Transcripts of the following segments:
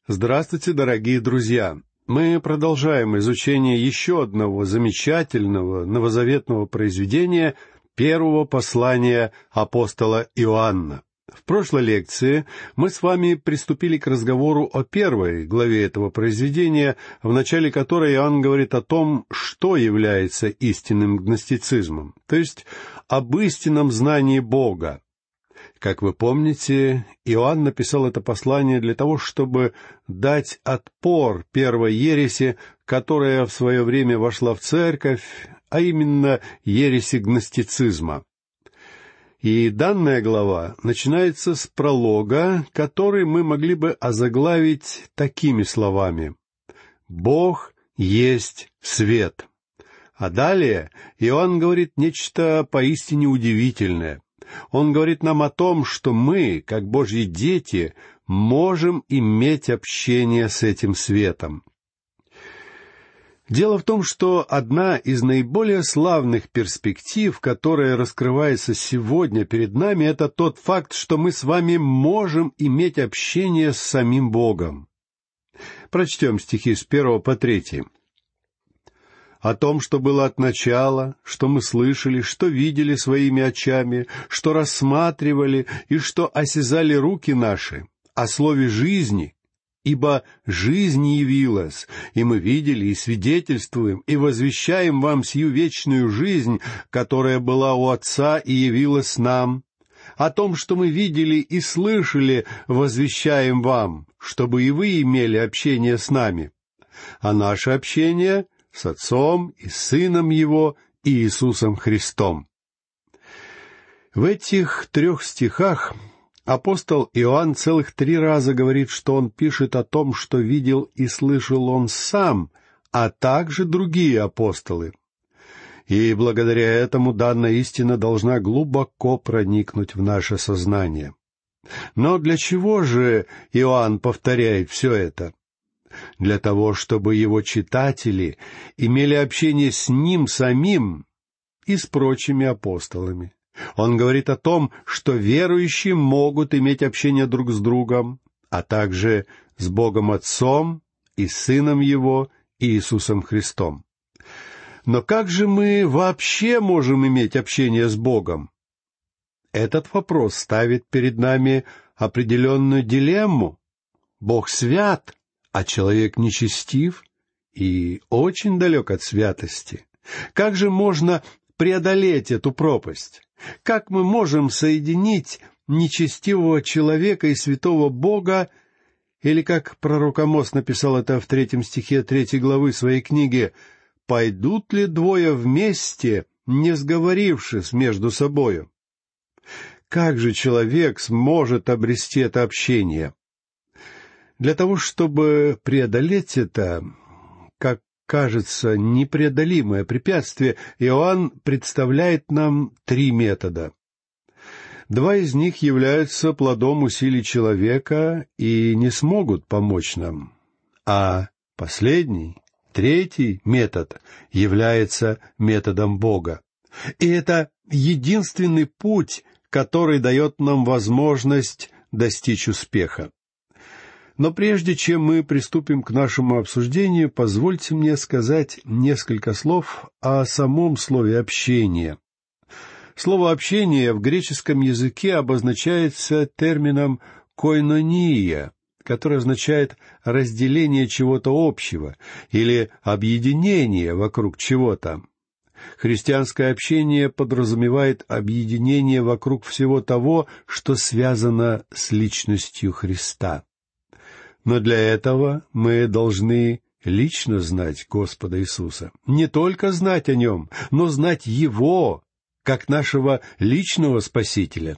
Здравствуйте, дорогие друзья! Мы продолжаем изучение еще одного замечательного новозаветного произведения первого послания апостола Иоанна. В прошлой лекции мы с вами приступили к разговору о первой главе этого произведения, в начале которой Иоанн говорит о том, что является истинным гностицизмом, то есть об истинном знании Бога. Как вы помните, Иоанн написал это послание для того, чтобы дать отпор первой ереси, которая в свое время вошла в церковь, а именно ереси гностицизма. И данная глава начинается с пролога, который мы могли бы озаглавить такими словами: «Бог есть свет». А далее Иоанн говорит нечто поистине удивительное. Он говорит нам о том, что мы, как Божьи дети, можем иметь общение с этим светом. Дело в том, что одна из наиболее славных перспектив, которая раскрывается сегодня перед нами, это тот факт, что мы с вами можем иметь общение с самим Богом. Прочтем стихи с 1 по 3. «О том, что было от начала, что мы слышали, что видели своими очами, что рассматривали и что осязали руки наши, о слове жизни, ибо жизнь явилась, и мы видели и свидетельствуем, и возвещаем вам сию вечную жизнь, которая была у Отца и явилась нам. О том, что мы видели и слышали, возвещаем вам, чтобы и вы имели общение с нами. А наше общение — с Отцом и Сыном Его, Иисусом Христом». В этих 3 стихах апостол Иоанн целых 3 раза говорит, что он пишет о том, что видел и слышал он сам, а также другие апостолы. И благодаря этому данная истина должна глубоко проникнуть в наше сознание. Но для чего же Иоанн повторяет все это? Для того, чтобы его читатели имели общение с ним самим и с прочими апостолами. Он говорит о том, что верующие могут иметь общение друг с другом, а также с Богом Отцом и Сыном Его, Иисусом Христом. Но как же мы вообще можем иметь общение с Богом? Этот вопрос ставит перед нами определенную дилемму. Бог свят, а человек нечестив и очень далек от святости. Как же можно преодолеть эту пропасть? Как мы можем соединить нечестивого человека и святого Бога, или, как пророк Амос написал это в 3 стихе 3 главы своей книги, «Пойдут ли двое вместе, не сговорившись между собою?» Как же человек сможет обрести это общение? Для того, чтобы преодолеть это, как кажется, непреодолимое препятствие, Иоанн представляет нам 3 метода. 2 из них являются плодом усилий человека и не смогут помочь нам. А последний, 3 метод, является методом Бога. И это единственный путь, который дает нам возможность достичь успеха. Но прежде чем мы приступим к нашему обсуждению, позвольте мне сказать несколько слов о самом слове «общение». Слово «общение» в греческом языке обозначается термином «койнония», который означает разделение чего-то общего или объединение вокруг чего-то. Христианское общение подразумевает объединение вокруг всего того, что связано с личностью Христа. Но для этого мы должны лично знать Господа Иисуса. Не только знать о Нем, но знать Его, как нашего личного Спасителя.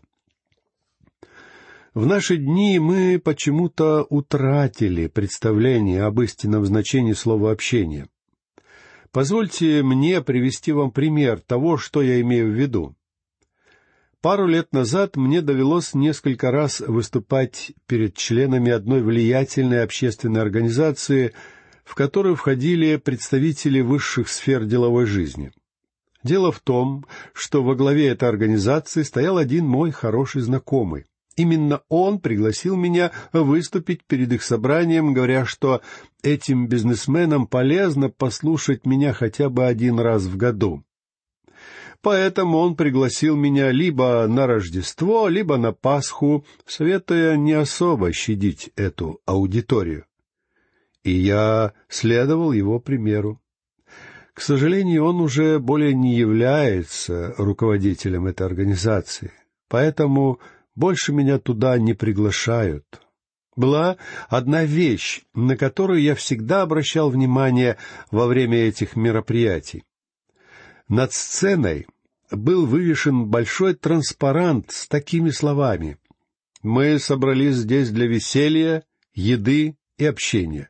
В наши дни мы почему-то утратили представление об истинном значении слова «общение». Позвольте мне привести вам пример того, что я имею в виду. Пару лет назад мне довелось несколько раз выступать перед членами одной влиятельной общественной организации, в которую входили представители высших сфер деловой жизни. Дело в том, что во главе этой организации стоял один мой хороший знакомый. Именно он пригласил меня выступить перед их собранием, говоря, что этим бизнесменам полезно послушать меня хотя бы один раз в году. Поэтому он пригласил меня либо на Рождество, либо на Пасху, советуя не особо щадить эту аудиторию. И я следовал его примеру. К сожалению, он уже более не является руководителем этой организации, поэтому больше меня туда не приглашают. Была одна вещь, на которую я всегда обращал внимание во время этих мероприятий. Над сценой был вывешен большой транспарант с такими словами: «Мы собрались здесь для веселья, еды и общения».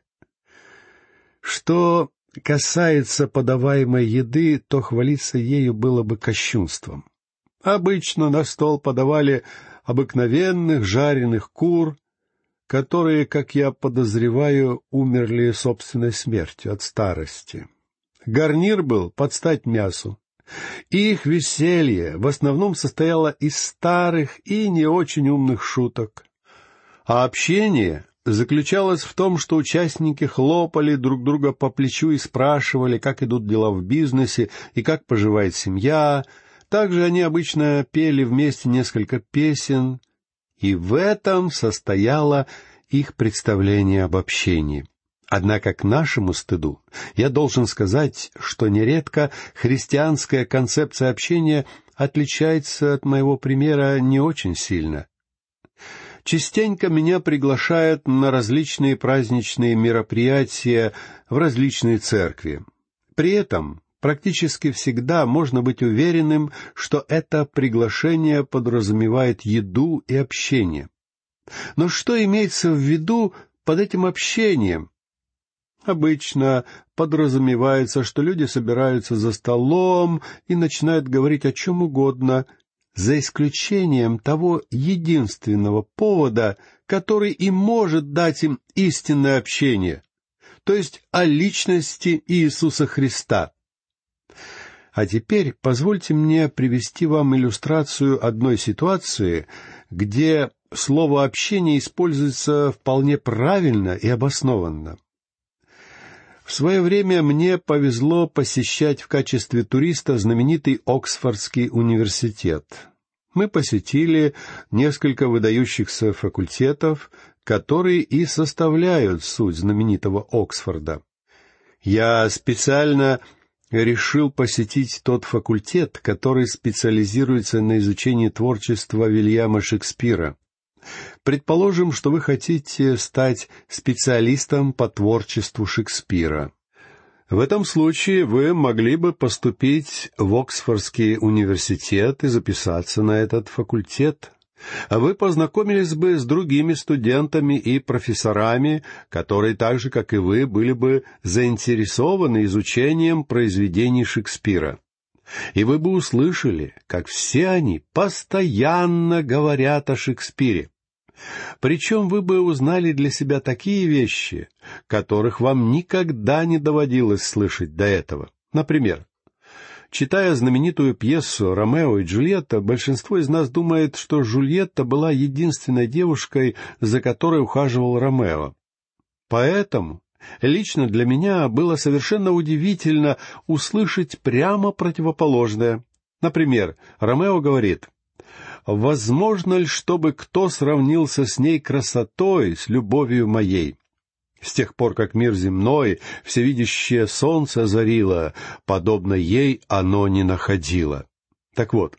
Что касается подаваемой еды, то хвалиться ею было бы кощунством. Обычно на стол подавали обыкновенных жареных кур, которые, как я подозреваю, умерли собственной смертью от старости. Гарнир был под стать мясу. Их веселье в основном состояло из старых и не очень умных шуток. А общение заключалось в том, что участники хлопали друг друга по плечу и спрашивали, как идут дела в бизнесе и как поживает семья. Также они обычно пели вместе несколько песен, и в этом состояло их представление об общении. Однако к нашему стыду я должен сказать, что нередко христианская концепция общения отличается от моего примера не очень сильно. Частенько меня приглашают на различные праздничные мероприятия в различные церкви. При этом практически всегда можно быть уверенным, что это приглашение подразумевает еду и общение. Но что имеется в виду под этим общением? Обычно подразумевается, что люди собираются за столом и начинают говорить о чем угодно, за исключением того единственного повода, который и может дать им истинное общение, то есть о личности Иисуса Христа. А теперь позвольте мне привести вам иллюстрацию одной ситуации, где слово «общение» используется вполне правильно и обоснованно. В свое время мне повезло посещать в качестве туриста знаменитый Оксфордский университет. Мы посетили несколько выдающихся факультетов, которые и составляют суть знаменитого Оксфорда. Я специально решил посетить тот факультет, который специализируется на изучении творчества Вильяма Шекспира. Предположим, что вы хотите стать специалистом по творчеству Шекспира. В этом случае вы могли бы поступить в Оксфордский университет и записаться на этот факультет. А вы познакомились бы с другими студентами и профессорами, которые так же, как и вы, были бы заинтересованы изучением произведений Шекспира. И вы бы услышали, как все они постоянно говорят о Шекспире. Причем вы бы узнали для себя такие вещи, которых вам никогда не доводилось слышать до этого. Например, читая знаменитую пьесу «Ромео и Джульетта», большинство из нас думает, что Джульетта была единственной девушкой, за которой ухаживал Ромео. Поэтому лично для меня было совершенно удивительно услышать прямо противоположное. Например, Ромео говорит: «Возможно ли, чтобы кто сравнился с ней красотой, с любовью моей? С тех пор, как мир земной, всевидящее солнце озарило, подобно ей оно не находило». Так вот,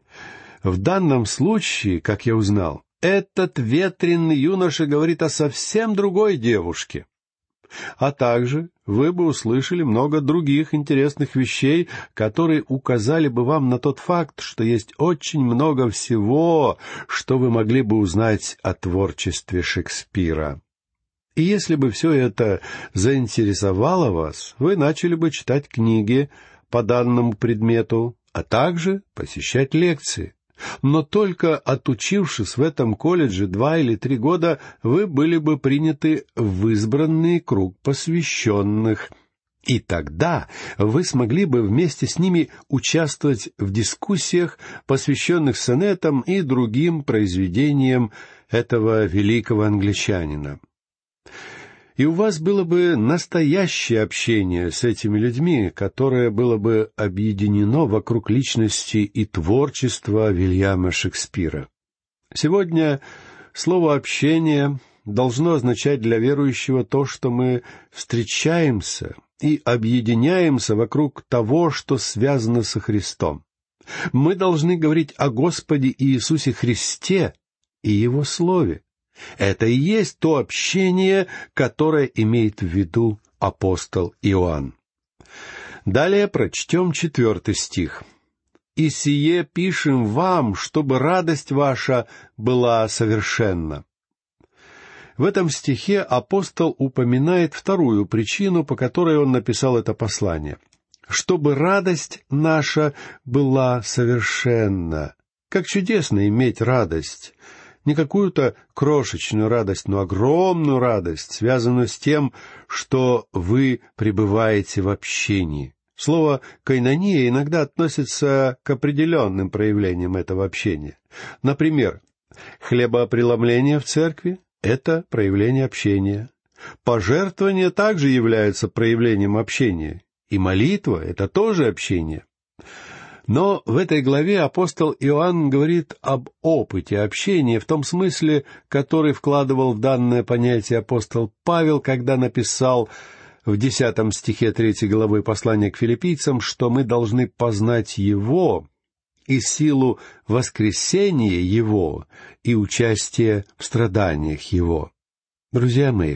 в данном случае, как я узнал, этот ветреный юноша говорит о совсем другой девушке. А также вы бы услышали много других интересных вещей, которые указали бы вам на тот факт, что есть очень много всего, что вы могли бы узнать о творчестве Шекспира. И если бы все это заинтересовало вас, вы начали бы читать книги по данному предмету, а также посещать лекции. Но только отучившись в этом колледже 2 или 3 года, вы были бы приняты в избранный круг посвященных. И тогда вы смогли бы вместе с ними участвовать в дискуссиях, посвященных сонетам и другим произведениям этого великого англичанина. И у вас было бы настоящее общение с этими людьми, которое было бы объединено вокруг личности и творчества Вильяма Шекспира. Сегодня слово «общение» должно означать для верующего то, что мы встречаемся и объединяемся вокруг того, что связано со Христом. Мы должны говорить о Господе Иисусе Христе и Его Слове. Это и есть то общение, которое имеет в виду апостол Иоанн. Далее прочтем 4 стих. «И сие пишем вам, чтобы радость ваша была совершенна». В этом стихе апостол упоминает вторую причину, по которой он написал это послание. «Чтобы радость наша была совершенна». Как чудесно иметь радость! Не какую-то крошечную радость, но огромную радость, связанную с тем, что вы пребываете в общении. Слово «койнония» иногда относится к определенным проявлениям этого общения. Например, хлебопреломление в церкви — это проявление общения. Пожертвование также является проявлением общения. И молитва — это тоже общение. Но в этой главе апостол Иоанн говорит об опыте общения в том смысле, который вкладывал в данное понятие апостол Павел, когда написал в 10 стихе 3 главы послания к филиппийцам, что мы должны познать Его и силу воскресения Его и участие в страданиях Его. Друзья мои,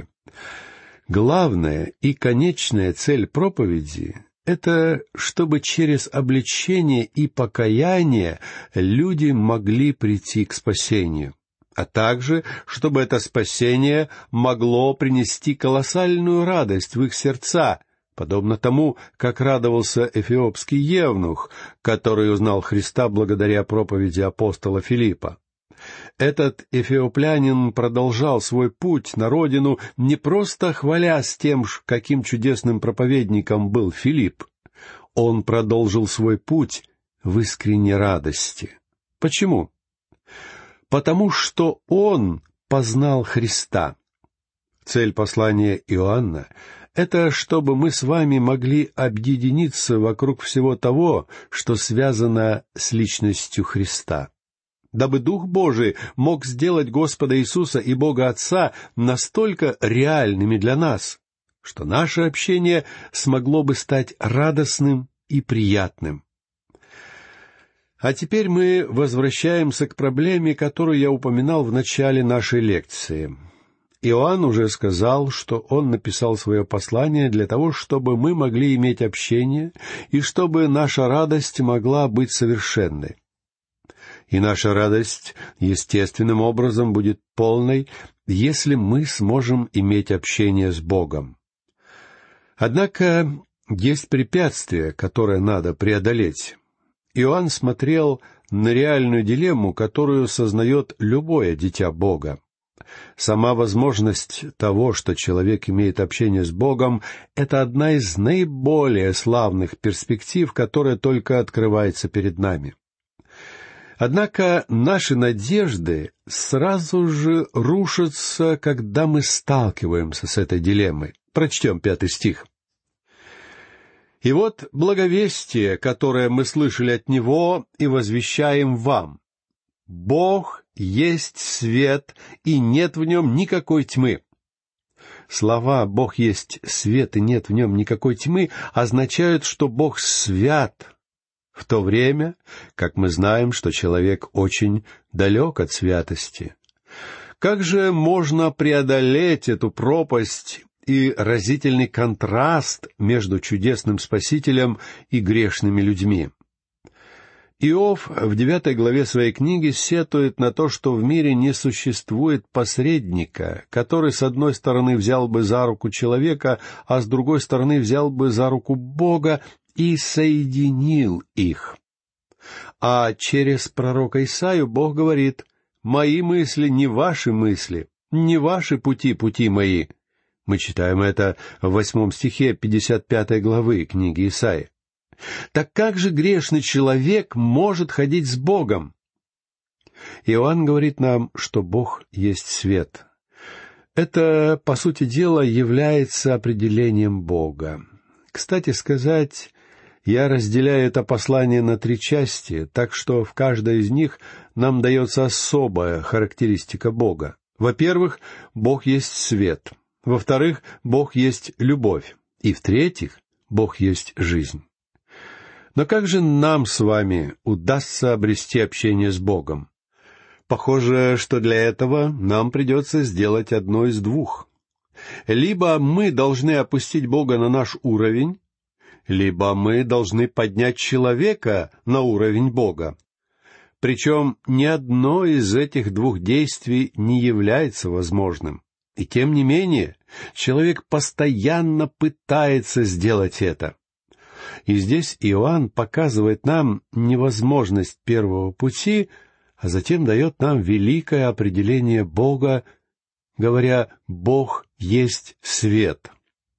главная и конечная цель проповеди — это чтобы через обличение и покаяние люди могли прийти к спасению, а также чтобы это спасение могло принести колоссальную радость в их сердца, подобно тому, как радовался эфиопский евнух, который узнал Христа благодаря проповеди апостола Филиппа. Этот эфиоплянин продолжал свой путь на родину, не просто хвалясь тем, каким чудесным проповедником был Филипп. Он продолжил свой путь в искренней радости. Почему? Потому что он познал Христа. Цель послания Иоанна — это чтобы мы с вами могли объединиться вокруг всего того, что связано с личностью Христа, дабы Дух Божий мог сделать Господа Иисуса и Бога Отца настолько реальными для нас, что наше общение смогло бы стать радостным и приятным. А теперь мы возвращаемся к проблеме, которую я упоминал в начале нашей лекции. Иоанн уже сказал, что он написал свое послание для того, чтобы мы могли иметь общение и чтобы наша радость могла быть совершенной. И наша радость естественным образом будет полной, если мы сможем иметь общение с Богом. Однако есть препятствие, которое надо преодолеть. Иоанн смотрел на реальную дилемму, которую сознает любое дитя Бога. Сама возможность того, что человек имеет общение с Богом, это одна из наиболее славных перспектив, которая только открывается перед нами. Однако наши надежды сразу же рушатся, когда мы сталкиваемся с этой дилеммой. Прочтем 5 стих. «И вот благовестие, которое мы слышали от Него и возвещаем вам. Бог есть свет, и нет в нем никакой тьмы». Слова «Бог есть свет, и нет в нем никакой тьмы» означают, что Бог свят, в то время, как мы знаем, что человек очень далек от святости. Как же можно преодолеть эту пропасть и разительный контраст между чудесным Спасителем и грешными людьми? Иов в 9 главе своей книги сетует на то, что в мире не существует посредника, который с одной стороны взял бы за руку человека, а с другой стороны взял бы за руку Бога и соединил их. А через пророка Исаию Бог говорит: «Мои мысли не ваши мысли, не ваши пути пути мои, Мы читаем это в 8 стихе 55 главы книги Исаии. Так как же грешный человек может ходить с Богом? Иоанн говорит нам, что Бог есть свет. Это, по сути дела, является определением Бога. Кстати сказать, я разделяю это послание на 3 части, так что в каждой из них нам дается особая характеристика Бога. Во-первых, Бог есть свет. Во-вторых, Бог есть любовь. И в-третьих, Бог есть жизнь. Но как же нам с вами удастся обрести общение с Богом? Похоже, что для этого нам придется сделать одно из двух. Либо мы должны опустить Бога на наш уровень, либо мы должны поднять человека на уровень Бога. Причем ни одно из этих двух действий не является возможным. И тем не менее, человек постоянно пытается сделать это. И здесь Иоанн показывает нам невозможность первого пути, а затем дает нам великое определение Бога, говоря: «Бог есть свет».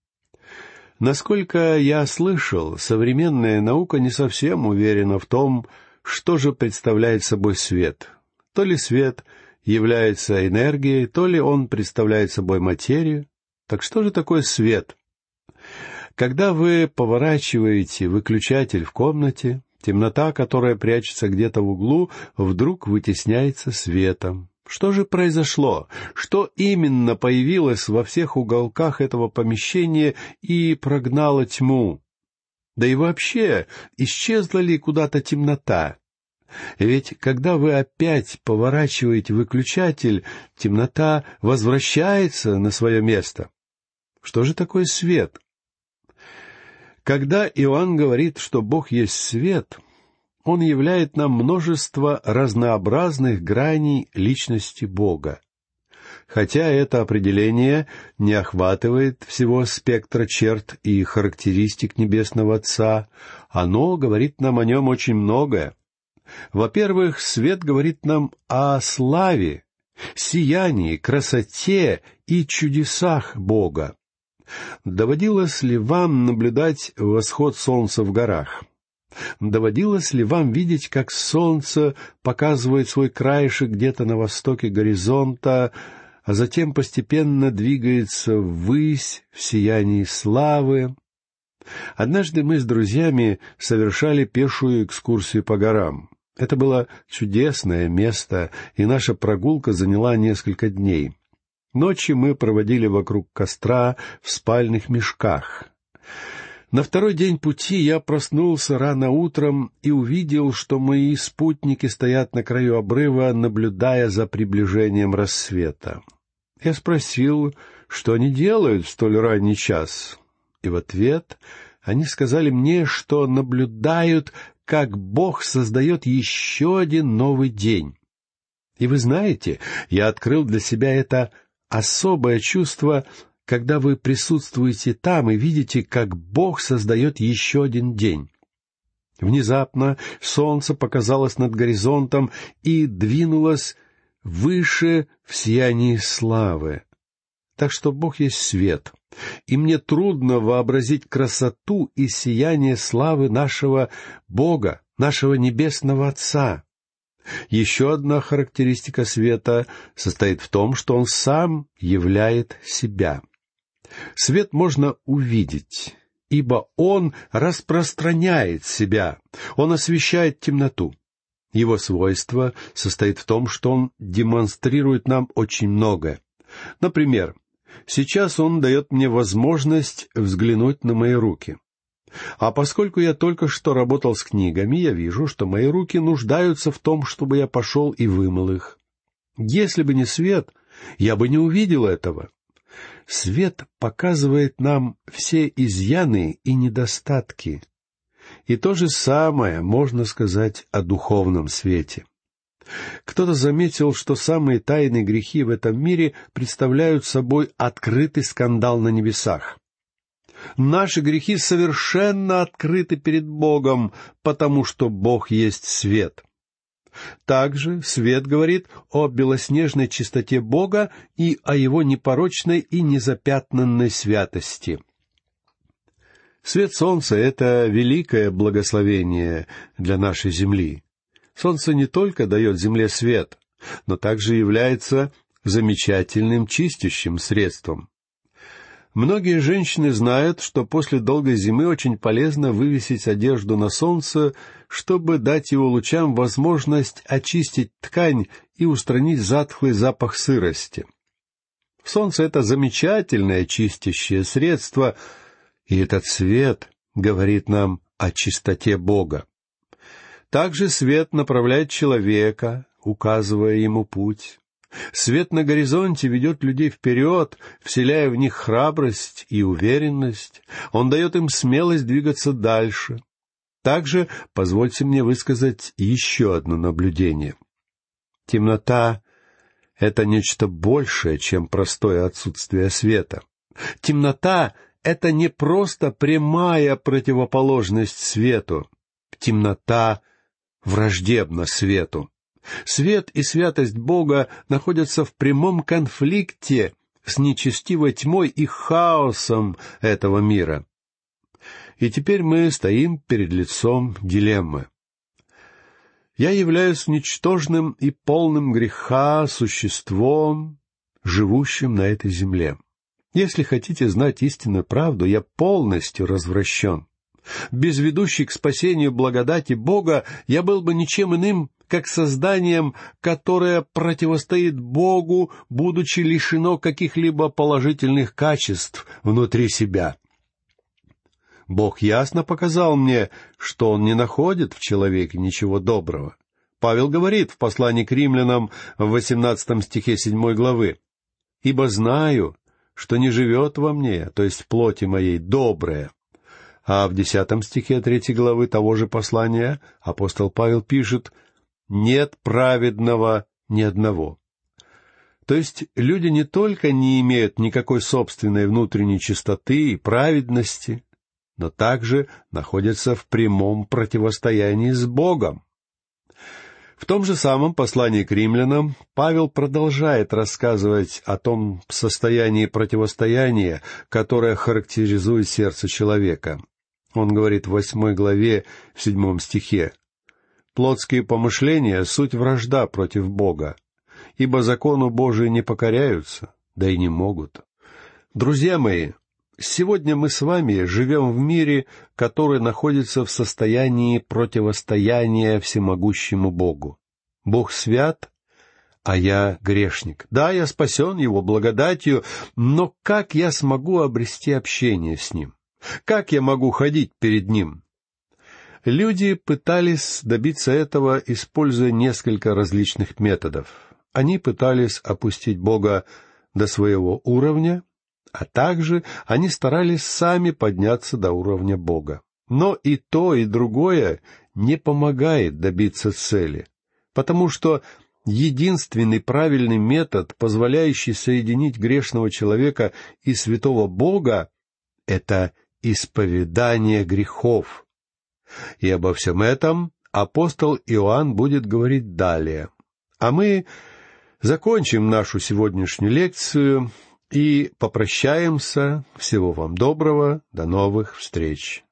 Насколько я слышал, современная наука не совсем уверена в том, что же представляет собой свет. То ли свет является энергией, то ли он представляет собой материю. Так что же такое свет? Когда вы поворачиваете выключатель в комнате, темнота, которая прячется где-то в углу, вдруг вытесняется светом. Что же произошло? Что именно появилось во всех уголках этого помещения и прогнало тьму? Да и вообще, исчезла ли куда-то темнота? Ведь когда вы опять поворачиваете выключатель, темнота возвращается на свое место. Что же такое свет? Когда Иоанн говорит, что Бог есть свет, он являет нам множество разнообразных граней личности Бога. Хотя это определение не охватывает всего спектра черт и характеристик Небесного Отца, оно говорит нам о нем очень многое. Во-первых, свет говорит нам о славе, сиянии, красоте и чудесах Бога. Доводилось ли вам наблюдать восход солнца в горах? Доводилось ли вам видеть, как солнце показывает свой краешек где-то на востоке горизонта, а затем постепенно двигается ввысь в сиянии славы? Однажды мы с друзьями совершали пешую экскурсию по горам. Это было чудесное место, и наша прогулка заняла несколько дней. Ночи мы проводили вокруг костра в спальных мешках. На второй день пути я проснулся рано утром и увидел, что мои спутники стоят на краю обрыва, наблюдая за приближением рассвета. Я спросил, что они делают в столь ранний час, и в ответ они сказали мне, что наблюдают, как Бог создает еще один новый день. И вы знаете, я открыл для себя это особое чувство, когда вы присутствуете там и видите, как Бог создает еще один день. Внезапно солнце показалось над горизонтом и двинулось выше в сиянии славы. Так что Бог есть свет, и мне трудно вообразить красоту и сияние славы нашего Бога, нашего Небесного Отца. Еще одна характеристика света состоит в том, что он сам являет себя. Свет можно увидеть, ибо он распространяет себя, он освещает темноту. Его свойство состоит в том, что он демонстрирует нам очень многое. Например, сейчас он дает мне возможность взглянуть на мои руки. А поскольку я только что работал с книгами, я вижу, что мои руки нуждаются в том, чтобы я пошел и вымыл их. Если бы не свет, я бы не увидел этого. Свет показывает нам все изъяны и недостатки. И то же самое можно сказать о духовном свете. Кто-то заметил, что самые тайные грехи в этом мире представляют собой открытый скандал на небесах. Наши грехи совершенно открыты перед Богом, потому что Бог есть свет. Также свет говорит о белоснежной чистоте Бога и о Его непорочной и незапятнанной святости. Свет солнца — это великое благословение для нашей земли. Солнце не только дает земле свет, но также является замечательным чистящим средством. Многие женщины знают, что после долгой зимы очень полезно вывесить одежду на солнце, чтобы дать его лучам возможность очистить ткань и устранить затхлый запах сырости. Солнце — это замечательное чистящее средство, и этот свет говорит нам о чистоте Бога. Также свет направляет человека, указывая ему путь. Свет на горизонте ведет людей вперед, вселяя в них храбрость и уверенность. Он дает им смелость двигаться дальше. Также позвольте мне высказать еще одно наблюдение. Темнота — это нечто большее, чем простое отсутствие света. Темнота — это не просто прямая противоположность свету. Темнота враждебна свету. Свет и святость Бога находятся в прямом конфликте с нечестивой тьмой и хаосом этого мира. И теперь мы стоим перед лицом дилеммы. Я являюсь ничтожным и полным греха существом, живущим на этой земле. Если хотите знать истинную правду, я полностью развращен. Без ведущей к спасению благодати Бога я был бы ничем иным, как созданием, которое противостоит Богу, будучи лишено каких-либо положительных качеств внутри себя. Бог ясно показал мне, что Он не находит в человеке ничего доброго. Павел говорит в послании к римлянам в 18 стихе 7 главы: «Ибо знаю, что не живет во мне, то есть в плоти моей, доброе». А в 10 стихе 3 главы того же послания апостол Павел пишет: «Нет праведного ни одного». То есть люди не только не имеют никакой собственной внутренней чистоты и праведности, но также находятся в прямом противостоянии с Богом. В том же самом послании к римлянам Павел продолжает рассказывать о том состоянии противостояния, которое характеризует сердце человека. Он говорит в 8 главе, в 7 стихе: «Плотские помышления — суть вражда против Бога, ибо закону Божию не покоряются, да и не могут». Друзья мои, сегодня мы с вами живем в мире, который находится в состоянии противостояния всемогущему Богу. Бог свят, а я грешник. Да, я спасен Его благодатью, но как я смогу обрести общение с Ним? Как я могу ходить перед Ним? Люди пытались добиться этого, используя несколько различных методов. Они пытались опустить Бога до своего уровня, а также они старались сами подняться до уровня Бога. Но и то, и другое не помогает добиться цели, потому что единственный правильный метод, позволяющий соединить грешного человека и святого Бога, — это исповедание грехов. И обо всем этом апостол Иоанн будет говорить далее. А мы закончим нашу сегодняшнюю лекцию и попрощаемся. Всего вам доброго, до новых встреч.